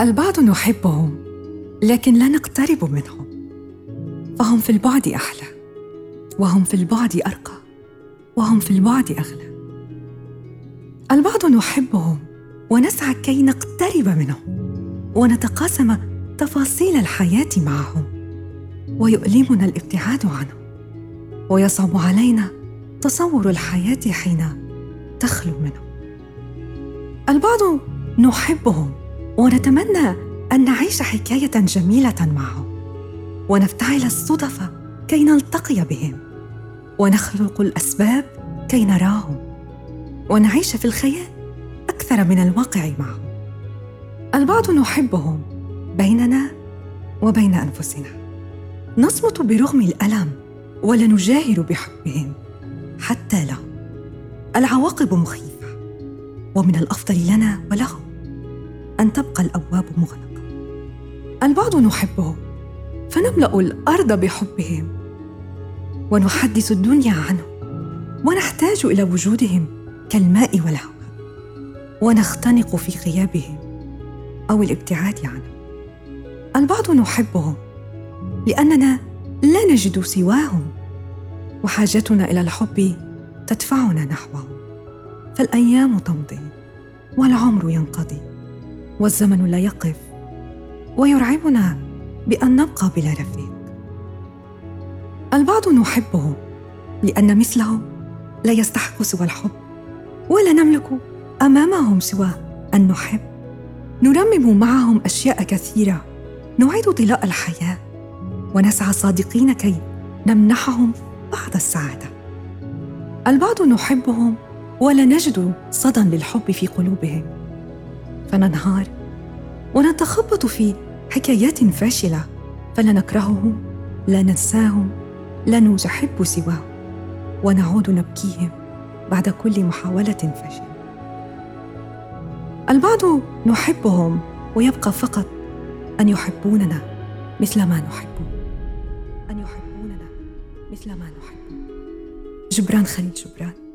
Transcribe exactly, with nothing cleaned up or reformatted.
البعض نحبهم لكن لا نقترب منهم، فهم في البعد أحلى، وهم في البعد أرقى، وهم في البعد أغلى. البعض نحبهم ونسعى كي نقترب منهم ونتقاسم تفاصيل الحياة معهم، ويؤلمنا الابتعاد عنهم، ويصعب علينا تصور الحياة حين تخلو منهم. البعض نحبهم ونتمنى أن نعيش حكاية جميلة معهم، ونفتعل الصدف كي نلتقي بهم، ونخلق الأسباب كي نراهم، ونعيش في الخيال أكثر من الواقع معهم. البعض نحبهم بيننا وبين أنفسنا، نصمت برغم الألم ولا نجاهر بحبهم حتى لهم. العواقب مخيفة، ومن الأفضل لنا ولهم أن تبقى الأبواب مغلقة. البعض نحبهم فنملأ الأرض بحبهم، ونحدث الدنيا عنهم، ونحتاج إلى وجودهم كالماء والهواء، ونختنق في غيابهم أو الابتعاد عنهم. البعض نحبهم لأننا لا نجد سواهم، وحاجتنا إلى الحب تدفعنا نحوهم. فالأيام تمضي والعمر ينقضي والزمن لا يقف، ويرعبنا بأن نبقى بلا رفيق. البعض نحبهم لأن مثلهم لا يستحق سوى الحب، ولا نملك أمامهم سوى أن نحب. نرمم معهم أشياء كثيرة نعيد ضلاء الحياة، ونسعى صادقين كي نمنحهم بعض السعادة. البعض نحبهم ولا نجد صدى للحب في قلوبهم، فننهار ونتخبط في حكايات فاشلة، فلا نكرههم، لا ننساهم، لا نحب سواهم، ونعود نبكيهم بعد كل محاولة فاشلة. البعض نحبهم ويبقى فقط أن يحبوننا مثل ما نحب، أن يحبوننا مثل ما نحب. جبران خليل جبران.